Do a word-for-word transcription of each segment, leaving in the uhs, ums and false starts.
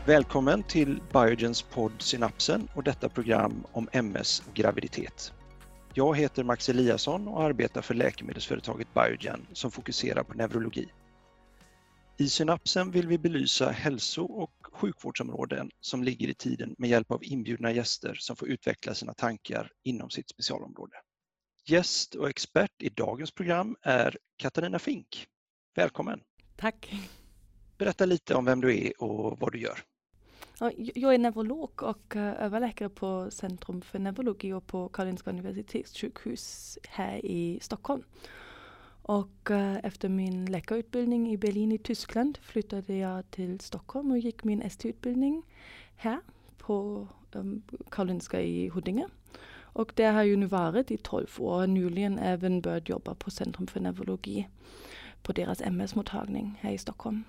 Välkommen till Biogens podd Synapsen och detta program om M S och graviditet. Jag heter Max Eliasson och arbetar för läkemedelsföretaget Biogen som fokuserar på neurologi. I Synapsen vill vi belysa hälso- och sjukvårdsområden som ligger i tiden med hjälp av inbjudna gäster som får utveckla sina tankar inom sitt specialområde. Gäst och expert i dagens program är Katarina Fink. Välkommen! Tack! Berätta lite om vem du är och vad du gör. Jag är neurolog och överläkare på Centrum för neurologi och på Karolinska universitetssjukhus här i Stockholm. Och efter min läkarutbildning i Berlin i Tyskland flyttade jag till Stockholm och gick min S T-utbildning här på um, Karolinska i Huddinge. Och där har jag nu varit i tolv år och nyligen även börjat jobba på Centrum för neurologi på deras M S-mottagning här i Stockholm.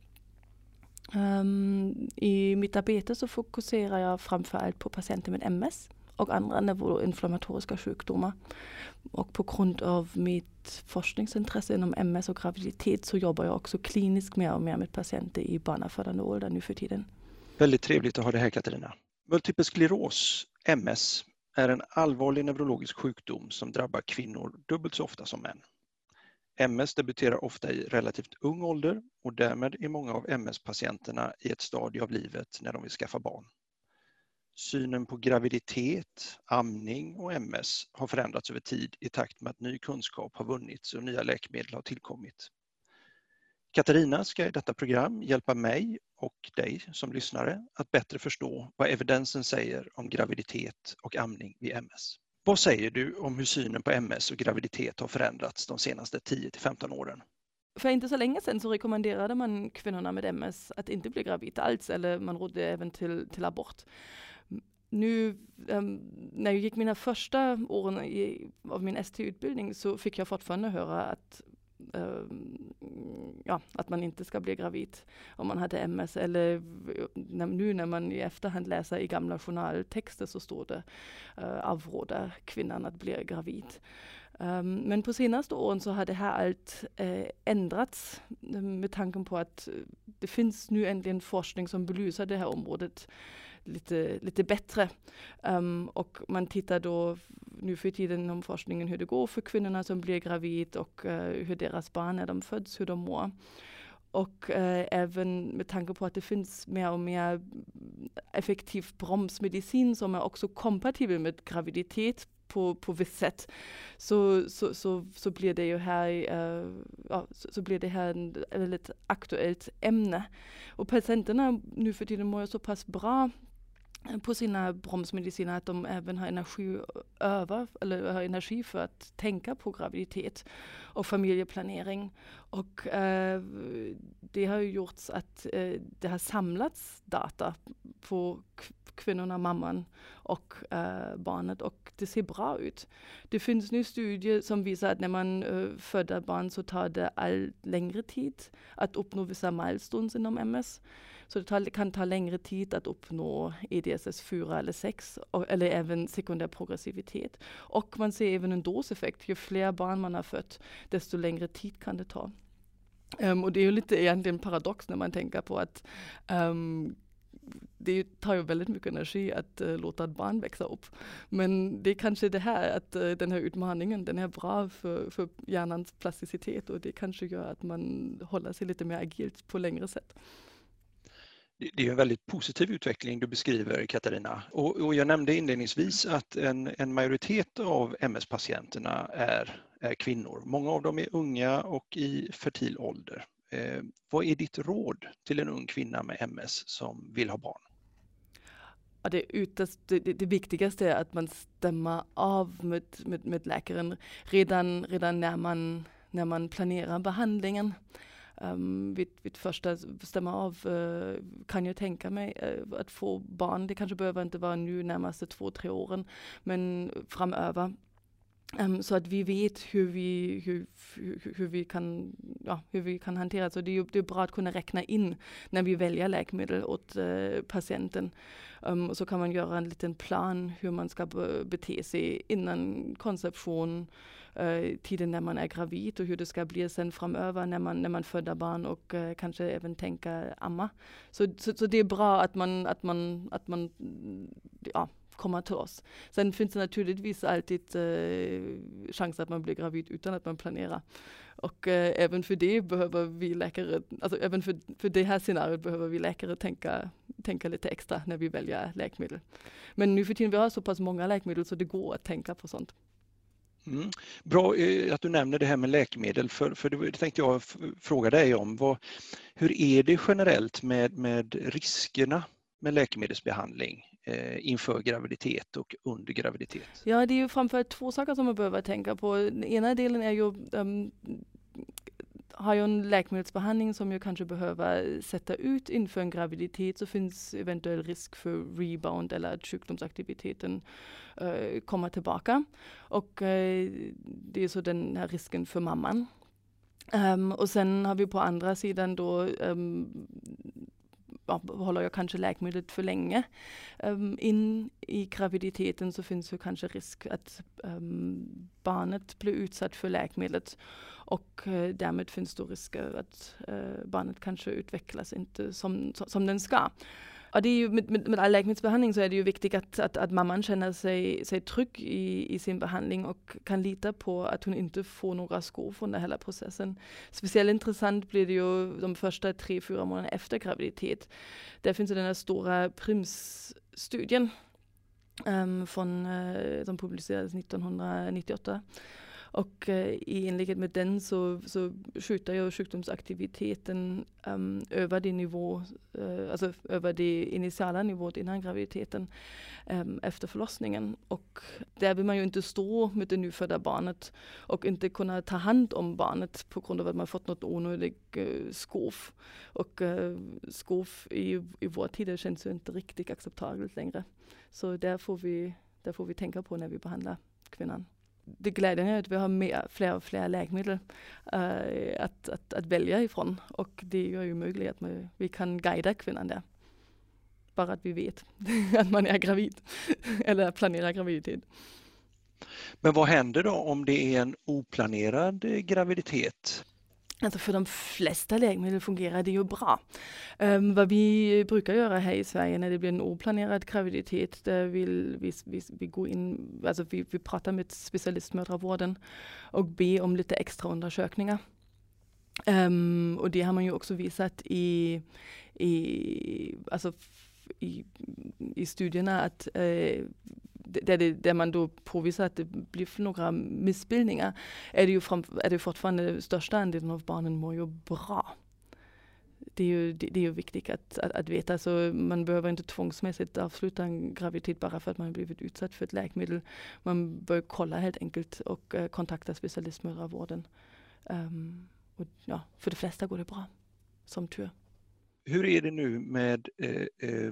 Um, I mitt arbete så fokuserar jag framförallt på patienter med M S och andra neuroinflammatoriska sjukdomar. Och på grund av mitt forskningsintresse inom M S och graviditet så jobbar jag också kliniskt mer och mer med patienter i barnafödande ålder nu för tiden. Väldigt trevligt att ha dig här, Katarina. Multipel skleros, M S, är en allvarlig neurologisk sjukdom som drabbar kvinnor dubbelt så ofta som män. M S debuterar ofta i relativt ung ålder och därmed är många av M S-patienterna i ett stadie av livet när de vill skaffa barn. Synen på graviditet, amning och M S har förändrats över tid i takt med att ny kunskap har vunnits och nya läkemedel har tillkommit. Katarina ska i detta program hjälpa mig och dig som lyssnare att bättre förstå vad evidensen säger om graviditet och amning vid M S. Vad säger du om hur synen på M S och graviditet har förändrats de senaste tio till femton åren? För inte så länge sedan så rekommenderade man kvinnorna med M S att inte bli gravida alls eller man rådde även till, till abort. Nu um, när jag gick mina första åren i, av min S T-utbildning så fick jag fortfarande höra att Uh, ja, att man inte ska bli gravid om man hade M S. Eller när, nu när man i efterhand läser i gamla journaltexter så står det uh, avråda kvinnan att bli gravid. Um, men på senaste åren så har det här allt uh, ändrats med tanken på att det finns nu äntligen forskning som belyser det här området lite, lite bättre. Um, och man tittar då nu för tiden om forskningen hur det går för kvinnorna som blir gravid och uh, hur deras barn när de föds, hur de mår. Och uh, även med tanke på att det finns mer och mer effektiv bromsmedicin som är också kompatibel med graviditet på, på visst sätt så, så, så, så blir det ju här uh, ja, så, så blir det här ett väldigt aktuellt ämne. Och patienterna nu för tiden mår så pass bra på sina bromsmediciner att de även har energi över eller har energi för att tänka på graviditet och familjeplanering. Och eh, det har ju gjort att eh, det har samlats data på k- kvinnorna, mamman och eh, barnet och det ser bra ut. Det finns nu studier som visar att när man eh, föder barn så tar det allt längre tid att uppnå vissa milestones inom M S. Så det tar, kan ta längre tid att uppnå E D S S fyra eller sex och, eller även sekundär progressivitet. Och man ser även en doseffekt. Ju fler barn man har fött, desto längre tid kan det ta. Um, och det är ju lite egentligen paradox när man tänker på att um, det tar ju väldigt mycket energi att uh, låta ett barn växa upp. Men det är kanske det här att uh, den här utmaningen den är bra för, för hjärnans plasticitet och det kanske gör att man håller sig lite mer agilt på längre sätt. Det är en väldigt positiv utveckling du beskriver, Katarina. Och, och jag nämnde inledningsvis att en, en majoritet av M S-patienterna är, är kvinnor. Många av dem är unga och i fertil ålder. Eh, vad är ditt råd till en ung kvinna med M S som vill ha barn? Ja, det, ytterst, det, det viktigaste är att man stämmer av med, med, med läkaren redan, redan när, man, när man planerar behandlingen. Um, vid, vid första stämma av uh, kan jag tänka mig uh, att få barn. Det kanske behöver inte vara nu närmaste två, tre åren, men framöver. Um, så att vi vet hur vi, hur, hur, hur vi, kan, ja, hur vi kan hantera det. Så det är, det är bra att kunna räkna in när vi väljer läkemedel åt uh, patienten. Um, och så kan man göra en liten plan hur man ska be- bete sig innan konception uh, tiden när man är gravid och hur det ska bli sen framöver när man, när man föder barn och uh, kanske även tänka amma. Så, så, så det är bra att man, att man, att man ja, kommer till oss. Sen finns det naturligtvis alltid uh, chans att man blir gravid utan att man planerar. Och eh, även för det behöver vi läkare, alltså även för, för det här scenariot behöver vi läkare tänka, tänka lite extra när vi väljer läkemedel. Men nu för tiden vi har så pass många läkemedel så det går att tänka på sånt. Mm. Bra eh, att du nämner det här med läkemedel, för, för det tänkte jag f- fråga dig om. Vad, hur är det generellt med, med riskerna med läkemedelsbehandling eh, inför graviditet och under graviditet? Ja, det är ju framförallt två saker som man behöver tänka på. Den ena delen är ju um, har ju en läkemedelsbehandling som ju kanske behöver sätta ut inför en graviditet, så finns eventuell risk för rebound eller att sjukdomsaktiviteten uh, kommer tillbaka. Och uh, det är så den här risken för mamman. Um, och sen har vi på andra sidan då um, ja, håller jag kanske läkemedlet för länge um, in i graviditeten, så finns ju kanske risk att um, barnet blir utsatt för läkemedlet och uh, därmed finns då risk att uh, barnet kanske utvecklas inte som, som, som den ska. Och det är ju med, med, med all läkemedelsbehandling så är det ju viktigt att, att, att mamman känner sig, sig trygg i, i sin behandling och kan lita på att hon inte får några skov från den hela processen. Speciellt intressant blir det ju de första tre, fyra månaderna efter graviditet. Där finns det den här stora Prims-studien um, från, uh, som publicerades nittonhundranittioåtta. Och uh, i enlighet med den så, så skjuter ju sjukdomsaktiviteten um, över det nivå, uh, alltså över det initiala nivån innan graviditeten um, efter förlossningen. Och där vill man ju inte stå med det nyfödda barnet och inte kunna ta hand om barnet på grund av att man fått något onödigt uh, skov. Och uh, skov i, i vår tid känns ju inte riktigt acceptabelt längre. Så där får vi, där får vi tänka på när vi behandlar kvinnan. Det glädjande är att vi har mer, fler och fler läkemedel uh, att, att, att välja ifrån. Och det gör ju möjligt att man, vi kan guida kvinnan där. Bara att vi vet att man är gravid eller planerar graviditet. Men vad händer då om det är en oplanerad graviditet? Alltså för de flesta läkemedel fungerar det ju bra. Um, vad vi brukar göra här i Sverige när det blir en oplanerad graviditet, där vill vi, vi, vi går in, alltså vi, vi pratar med specialistmödravården och ber om lite extra undersökningar. Um, och det har man ju också visat i, i, alltså i, i studierna att uh, Där, det, där man då påvisar att det blir några missbildningar, är det ju fram, är det fortfarande största andelen av barnen mår ju bra. Det är ju, det, det är ju viktigt att, att, att veta, så man behöver inte tvångsmässigt avsluta en graviditet bara för att man har blivit utsatt för ett läkemedel. Man bör kolla helt enkelt och uh, kontakta specialistmödravården. Um, och ja, för de flesta går det bra, som tur. Hur är det nu med eh, eh,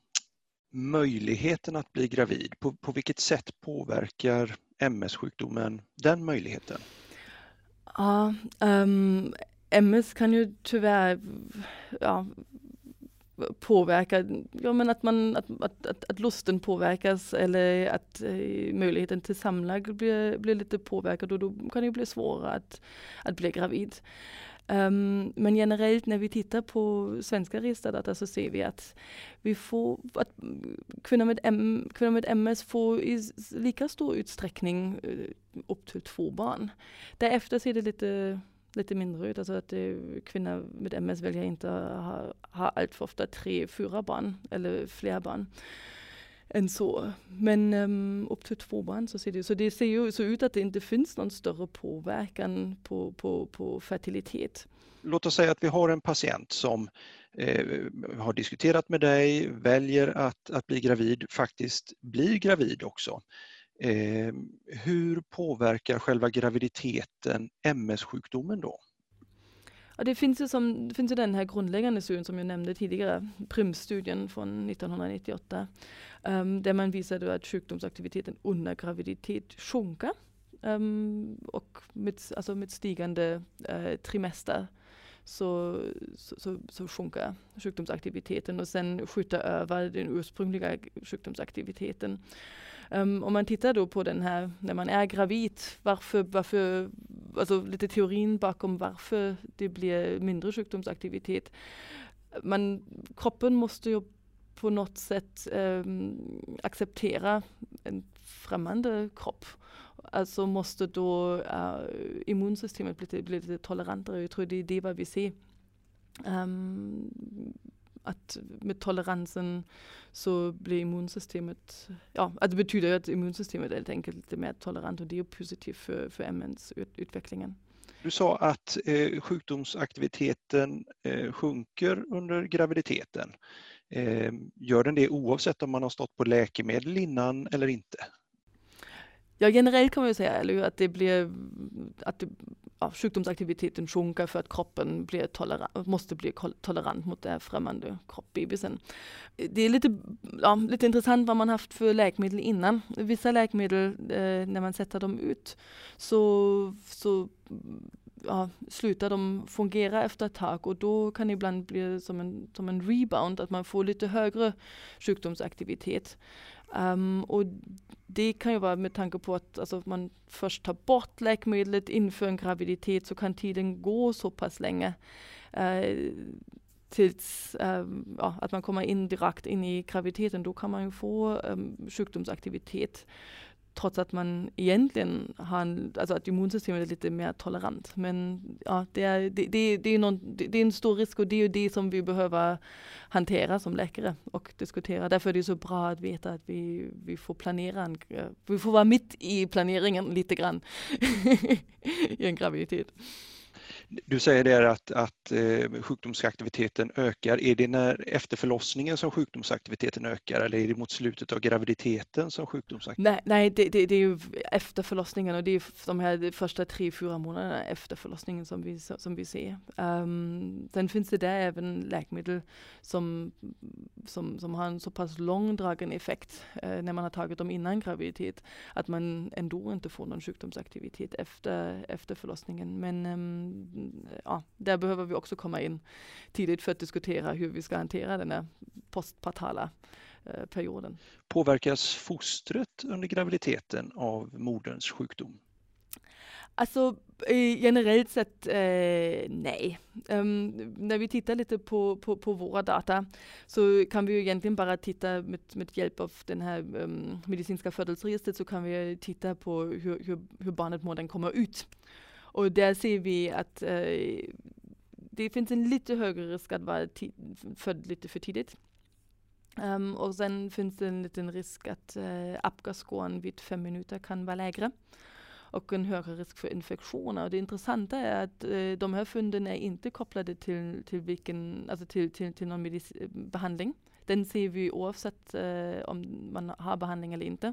möjligheten att bli gravid? På, på vilket sätt påverkar M S-sjukdomen den möjligheten? Ja, um, M S kan ju tyvärr ja, påverka, ja, men att, man, att, att, att, att lusten påverkas eller att eh, möjligheten till samlag blir, blir lite påverkad, och då kan det ju bli svårare att, att bli gravid. Um, men generellt när vi tittar på svenska registerdata så ser vi att vi får att kvinnor med, M, kvinnor med M S får i lika stor utsträckning uh, upp till två barn. Därefter ser det lite, lite mindre ut. Alltså att uh, kvinnor med M S väljer inte ha, ha allt för ofta tre, fyra barn eller fler barn än så. Men um, upp till två barn så ser det, så det ser ju så ut att det inte finns någon större påverkan på, på, på fertilitet. Låt oss säga att vi har en patient som eh, har diskuterat med dig, väljer att, att bli gravid, faktiskt blir gravid också. Eh, hur påverkar själva graviditeten M S-sjukdomen då? Ja, det finns ju, som, det finns ju den här grundläggande studien som jag nämnde tidigare, Prims-studien från nittonhundranittioåtta, um, där man visade att sjukdomsaktiviteten under graviditet sjunker um, och med, alltså med stigande uh, trimester så, så, så, så sjunker sjukdomsaktiviteten och sen skjuter över den ursprungliga sjukdomsaktiviteten. Um, om man tittar då på den här, när man är gravid, varför, varför, alltså lite teorin bakom varför det blir mindre sjukdomsaktivitet. Man, kroppen måste ju på något sätt um, acceptera en främmande kropp. Alltså måste då uh, immunsystemet bli, bli lite tolerantare. Jag tror det är det vad vi ser. Um, att med toleransen så blir immunsystemet, ja, att det betyder att immunsystemet helt enkelt lite mer tolerant och det är positivt för, för M N:s ut, utvecklingen. Du sa att eh, sjukdomsaktiviteten eh, sjunker under graviditeten. Eh, gör den det oavsett om man har stått på läkemedel innan eller inte? Ja, generellt kan man ju säga eller, att det blir att det, ja, sjukdomsaktiviteten sjunker för att kroppen blir tolerant, måste bli tolerant mot det främmande kropp, bebisen. Det är lite, ja, lite intressant vad man haft för läkemedel innan. Vissa läkemedel, eh, när man sätter dem ut så, så ja, slutar de fungera efter ett tag och då kan det ibland bli som en, som en rebound, att man får lite högre sjukdomsaktivitet. Um, och det kan ju vara med tanke på att alltså, man först tar bort läkemedlet inför en graviditet så kan tiden gå så pass länge uh, tills uh, ja, att man kommer in direkt in i graviditeten. Då kan man ju få um, sjukdomsaktivitet trots att man egentligen har en, alltså att immunsystemet är lite mer tolerant. Men ja, det är, det, det, det, är någon, det, det är en stor risk och det är ju det som vi behöver hantera som läkare och diskutera. Därför är det så bra att veta att vi, vi får planera, en, vi får vara mitt i planeringen lite grann i en graviditet. Du säger där att, att eh, sjukdomsaktiviteten ökar. Är det när efter förlossningen som sjukdomsaktiviteten ökar eller är det mot slutet av graviditeten som sjukdomsaktiviteten? Nej, nej det, det, det är ju efter förlossningen och det är de här första tre, fyra månaderna efter förlossningen som vi, som vi ser. Um, sen finns det där även läkemedel som, som, som har en så pass långdragen effekt uh, när man har tagit dem innan graviditet att man ändå inte får någon sjukdomsaktivitet efter, efter förlossningen. Men um, ja, där behöver vi också komma in tidigt för att diskutera hur vi ska hantera den här postpartala eh, perioden. Påverkas fostret under graviditeten av moderns sjukdom? Alltså eh, generellt sett eh, nej. Um, när vi tittar lite på, på, på våra data så kan vi ju egentligen bara titta med, med hjälp av den här um, medicinska födelseregistret så kan vi titta på hur, hur, hur barnet mår den kommer ut. Och där ser vi att eh, det finns en lite högre risk att vara född lite för tidigt. Um, och sen finns det en liten risk att eh, apgarskåren vid fem minuter kan vara lägre. Och en högre risk för infektioner. Och det intressanta är att eh, de här fynden är inte kopplade till, till, vilken, alltså till, till, till någon medic- behandling. Den ser vi oavsett eh, om man har behandling eller inte.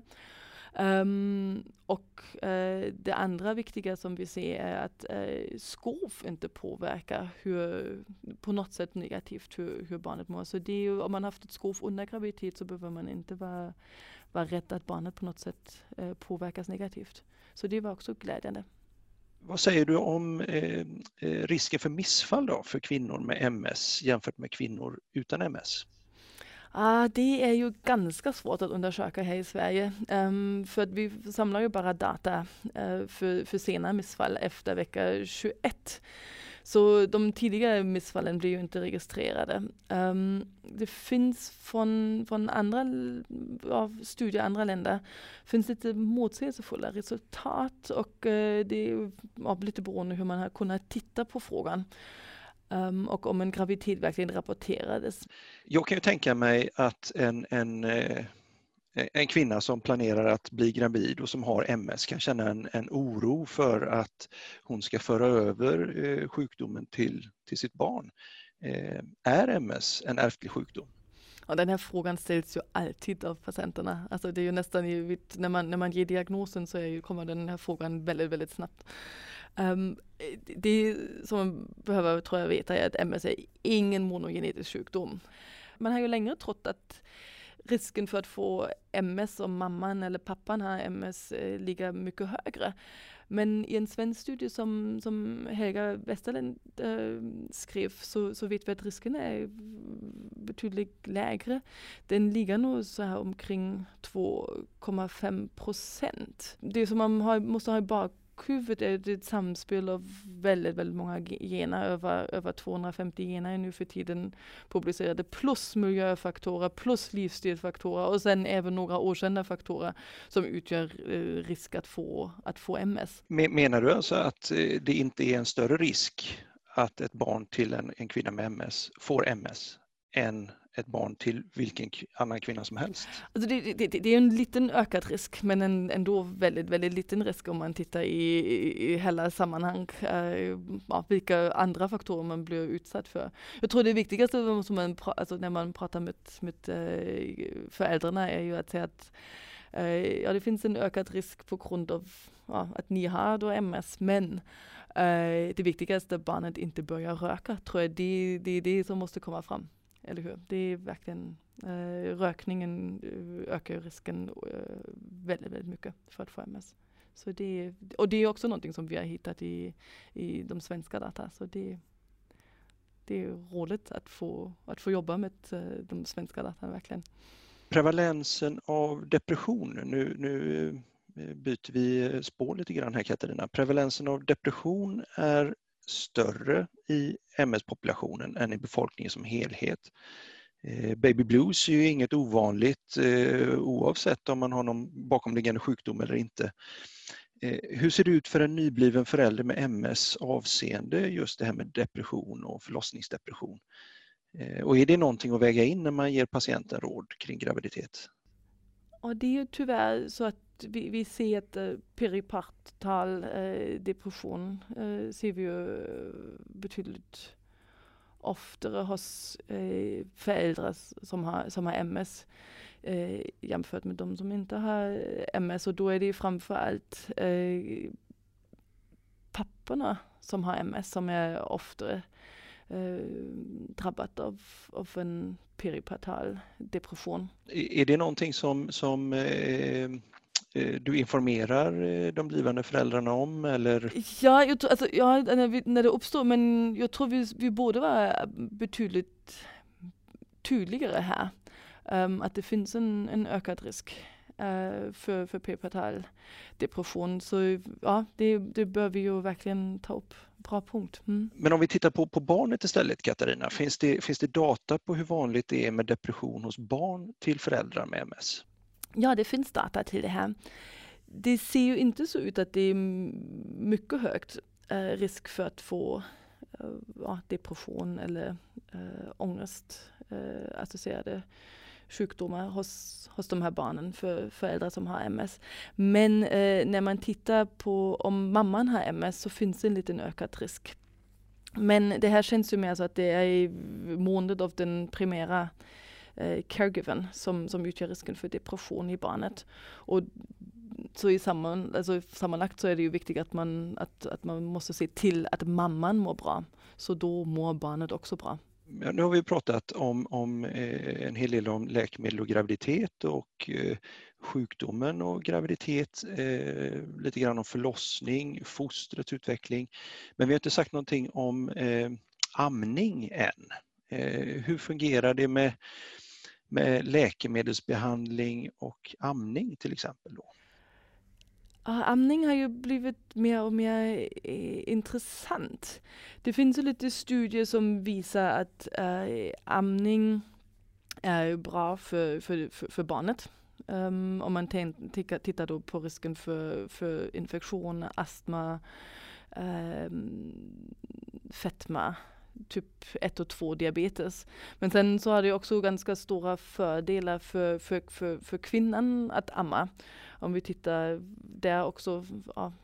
Um, och uh, det andra viktiga som vi ser är att uh, skov inte påverkar hur, på något sätt negativt hur, hur barnet mår. Så det är ju, om man har haft ett skov under graviditet så behöver man inte vara, vara rädd att barnet på något sätt uh, påverkas negativt. Så det var också glädjande. Vad säger du om eh, risken för missfall då för kvinnor med M S jämfört med kvinnor utan M S? Ah, det är ju ganska svårt att undersöka här i Sverige. Um, för att vi samlar ju bara data uh, för, för sena missfall efter vecka tjugoett. Så de tidigare missfallen blir ju inte registrerade. Um, det finns från, från andra ja, studier i andra länder finns lite motsägelsefulla resultat och uh, det är ja, lite beroende hur man har kunnat titta på frågan. Um, och om en graviditet verkligen rapporterades. Jag kan ju tänka mig att en, en, en kvinna som planerar att bli gravid och som har M S kan känna en, en oro för att hon ska föra över eh, sjukdomen till, till sitt barn. Eh, är M S en ärftlig sjukdom? Och den här frågan ställs ju alltid av patienterna. Alltså det är ju nästan, ju, när, man, när man ger diagnosen så är ju, kommer den här frågan väldigt, väldigt snabbt. Um, det som man behöver tror jag veta är att M S är ingen monogenetisk sjukdom. Man har ju länge trott att risken för att få M S om mamman eller pappan har M S eh, ligger mycket högre. Men i en svensk studie som, som Helga Westerlund äh, skrev så, så vet vi att risken är betydligt lägre. Den ligger nog så här omkring två komma fem procent. Det som man har, måste ha i bakhuvudet är det ett samspel av väldigt, väldigt många gener. Över, över tvåhundrafemtio gener är nu för tiden publicerade. Plus miljöfaktorer, plus livsstilsfaktorer och sen även några okända faktorer som utgör eh, risk att få, att få M S. Menar du alltså att det inte är en större risk att ett barn till en, en kvinna med M S får M S än ett barn till vilken annan kvinna som helst? Alltså det, det, det är en liten ökad risk, men en, ändå väldigt, väldigt liten risk om man tittar i, i, i hela sammanhang, äh, ja, vilka andra faktorer man blir utsatt för. Jag tror det viktigaste som man, alltså när man pratar med, med äh, föräldrarna är ju att säga att äh, ja, det finns en ökad risk på grund av ja, att ni har då M S, men äh, det viktigaste är att barnet inte börjar röka, tror jag. Det, det är det som måste komma fram. Eller hur? Det är verkligen, äh, rökningen äh, ökar risken äh, väldigt, väldigt mycket för att få M S. Så det, och det är också någonting som vi har hittat i, i de svenska data. Så det, det är roligt att få, att få jobba med äh, de svenska data verkligen. Prevalensen av depression, nu, nu byter vi spår lite grann här Katarina. Prevalensen av depression är större i M S-populationen än i befolkningen som helhet. Eh, baby blues är ju inget ovanligt eh, oavsett om man har någon bakomliggande sjukdom eller inte. Eh, hur ser det ut för en nybliven förälder med M S avseende just det här med depression och förlossningsdepression? Eh, och är det någonting att väga in när man ger patienten råd kring graviditet? Och det är ju tyvärr så att vi, vi ser att uh, peripartal uh, depression uh, ser vi ju betydligt oftare hos uh, föräldrar som har, som har M S uh, jämfört med de som inte har M S. Och då är det ju framförallt uh, papporna som har M S som är oftare uh, drabbat av, av en peripartal depression. Är det någonting som, som eh, du informerar de blivande föräldrarna om? Eller? Ja, jag tror, alltså, ja när, vi, när det uppstår, men jag tror vi, vi borde vara betydligt tydligare här. Um, att det finns en, en ökad risk uh, för, för peripartal depression. Så ja, det, det bör vi ju verkligen ta upp. Bra punkt. Mm. Men om vi tittar på, på barnet istället, Katarina, finns det, finns det data på hur vanligt det är med depression hos barn till föräldrar med M S? Ja, det finns data till det här. Det ser ju inte så ut att det är mycket högt äh, risk för att få äh, ja, depression eller äh, ångest äh, associerade sjukdomar hos, hos de här barnen för föräldrar som har M S. Men eh, när man tittar på om mamman har M S så finns det en liten ökad risk. Men det här känns ju mer så att det är i månadet av den primära eh, caregivern som, som utgör risken för depression i barnet. Och så i samman, alltså sammanlagt så är det ju viktigt att man, att, att man måste se till att mamman mår bra. Så då mår barnet också bra. Ja, nu har vi pratat om, om eh, en hel del om läkemedel och graviditet och eh, sjukdomen och graviditet, eh, lite grann om förlossning, fostrets utveckling. Men vi har inte sagt någonting om eh, amning än. Eh, hur fungerar det med, med läkemedelsbehandling och amning till exempel då? Ja, amning har ju blivit mer och mer eh, intressant. Det finns ju lite studier som visar att eh, amning är bra för, för, för, för barnet. Um, om man t- tittar då på risken för, för infektion, astma, um, fetma, typ ett och två diabetes. Men sen så har det också ganska stora fördelar för, för, för, för kvinnan att amma. Om vi tittar där också, ja,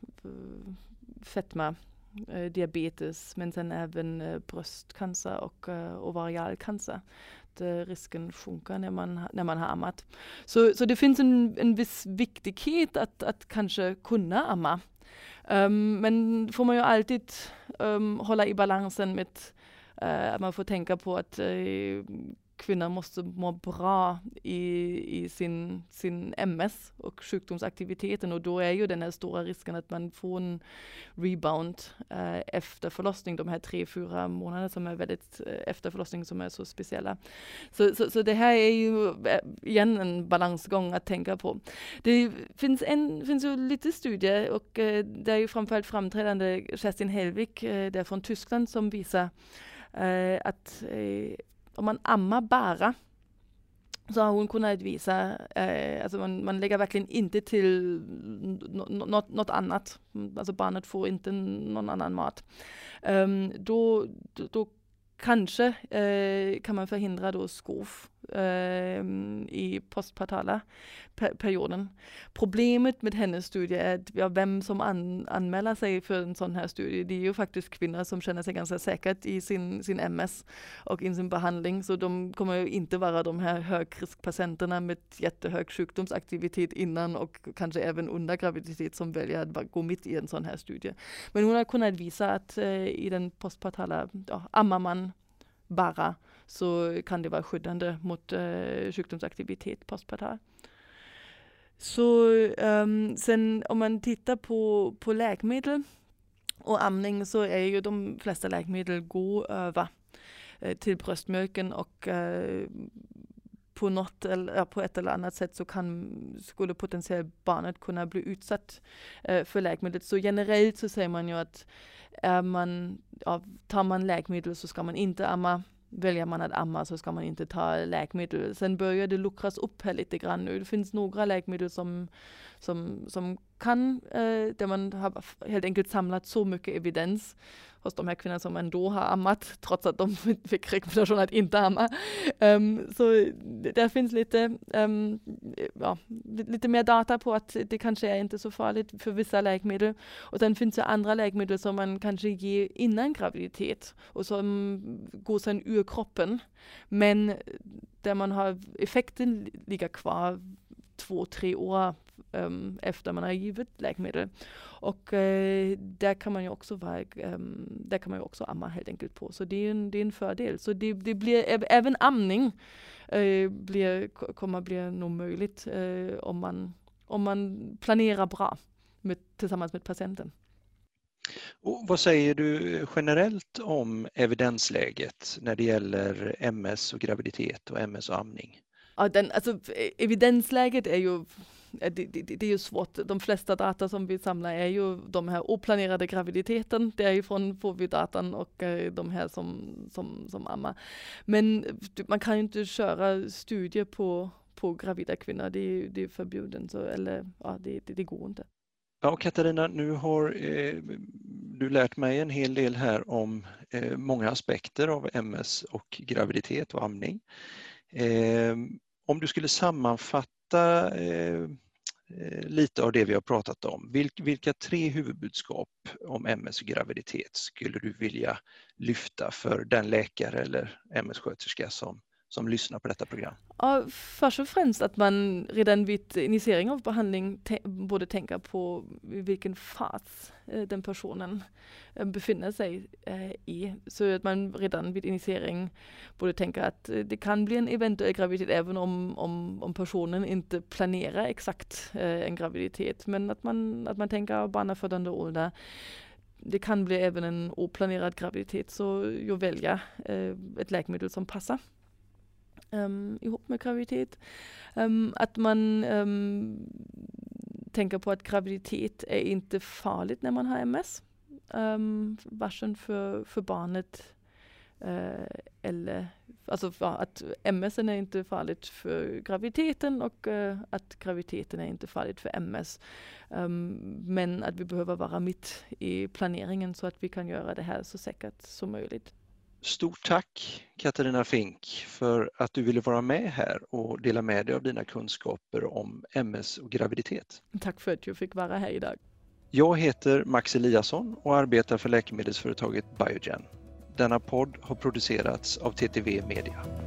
fetma, eh, diabetes, men sen även eh, bröstcancer och eh, ovarialcancer. Där risken sjunker när man, när man har ammat. Så, så det finns en, en viss viktighet att, att kanske kunna amma. Um, men får man ju alltid um, hålla i balansen med uh, att man får tänka på att uh, kvinnor måste må bra i, i sin, sin M S och sjukdomsaktiviteten, och då är ju den här stora risken att man får en rebound eh, efter förlossning, de här tre, fyra månader som är väldigt eh, efter förlossning som är så speciella. Så, så, så det här är ju igen en balansgång att tänka på. Det finns, en, finns ju lite studier, och eh, det är ju framförallt framträdande Kerstin Hellwig eh, där från Tyskland som visar eh, att eh, om man ammar bara, så har hon kunnat visa, eh, alltså man, man lägger verkligen inte till något, något annat. Alltså barnet får inte någon annan mat. Um, då, då, då kanske eh, kan man förhindra då skov eh, i postpartala per- perioden. Problemet med hennes studie är att ja, vem som an- anmäler sig för en sån här studie, det är ju faktiskt kvinnor som känner sig ganska säkert i sin, sin M S och i sin behandling, så de kommer ju inte vara de här högriskpatienterna med jättehög sjukdomsaktivitet innan och kanske även under graviditet som väljer att gå mitt i en sån här studie. Men hon har kunnat visa att eh, i den postpartala, ja, ammar man bara, så kan det vara skyddande mot eh, sjukdomsaktivitet postpartal. Så um, sen om man tittar på, på läkemedel och amning, så är ju de flesta läkemedel går över eh, till bröstmjölken, och eh, på något eller ja, på ett eller annat sätt så kan, skulle potentiellt barnet kunna bli utsatt eh, för läkemedlet. Så generellt så säger man ju att är man, ja, tar man läkemedel så ska man inte amma. Väljer man att amma så ska man inte ta läkemedel. Sen börjar det luckras upp här lite grann nu. Det finns några läkemedel som, som, som kan, eh, där man har helt enkelt samlat så mycket evidens hos de här kvinnorna som ändå har ammat, trots att de fick rekommendation att inte amma. Um, så där finns lite, um, ja, lite mer data på att det kanske är inte så farligt för vissa läkemedel. Och sen finns det andra läkemedel som man kanske ger innan graviditet och som går sen ur kroppen, men där man har effekten ligger kvar två, tre år um, efter man har givit läkemedel. Och uh, där kan man ju också vara, um, där kan man ju också amma helt enkelt på. Så det är en, det är en fördel. Så det, det blir, även amning uh, blir, kommer bli nog möjligt uh, om, man, om man planerar bra med, tillsammans med patienten. Och vad säger du generellt om evidensläget när det gäller M S och graviditet och M S och amning? Ja, den, alltså, evidensläget är ju, det, det, det är ju svårt. De flesta data som vi samlar är ju de här oplanerade graviditeten. Därifrån får vi datan och eh, de här som, som, som ammar. Men man kan ju inte köra studier på, på gravida kvinnor. Det är, det är förbjuden. Så, eller, ja, det, det, det går inte. Ja, Katarina, nu har eh, du lärt mig en hel del här om eh, många aspekter av M S och graviditet och amning. Eh, om du skulle sammanfatta eh, lite av det vi har pratat om, vilk, vilka tre huvudbudskap om M S och graviditet skulle du vilja lyfta för den läkare eller M S-sköterska som, som lyssnar på detta program? Ja, först och främst att man redan vid initiering av behandling te- borde tänka på vilken fas eh, den personen eh, befinner sig eh, i. Så att man redan vid initiering borde tänka att eh, det kan bli en eventuell graviditet även om, om, om personen inte planerar exakt eh, en graviditet. Men att man, att man tänker barnafödande ålder. Det kan bli även en oplanerad graviditet, så jag väljer eh, ett läkemedel som passar. Um, ihop med graviditet. Um, att man um, tänker på att graviditet är inte farligt när man har M S. Um, varken för, för barnet uh, eller alltså ja, att M S är inte farligt för graviditeten och uh, att graviditeten är inte farligt för M S. Um, men att vi behöver vara mitt i planeringen så att vi kan göra det här så säkert som möjligt. Stort tack Katarina Fink för att du ville vara med här och dela med dig av dina kunskaper om M S och graviditet. Tack för att jag fick vara här idag. Jag heter Max Eliasson och arbetar för läkemedelsföretaget Biogen. Denna podd har producerats av T T V Media.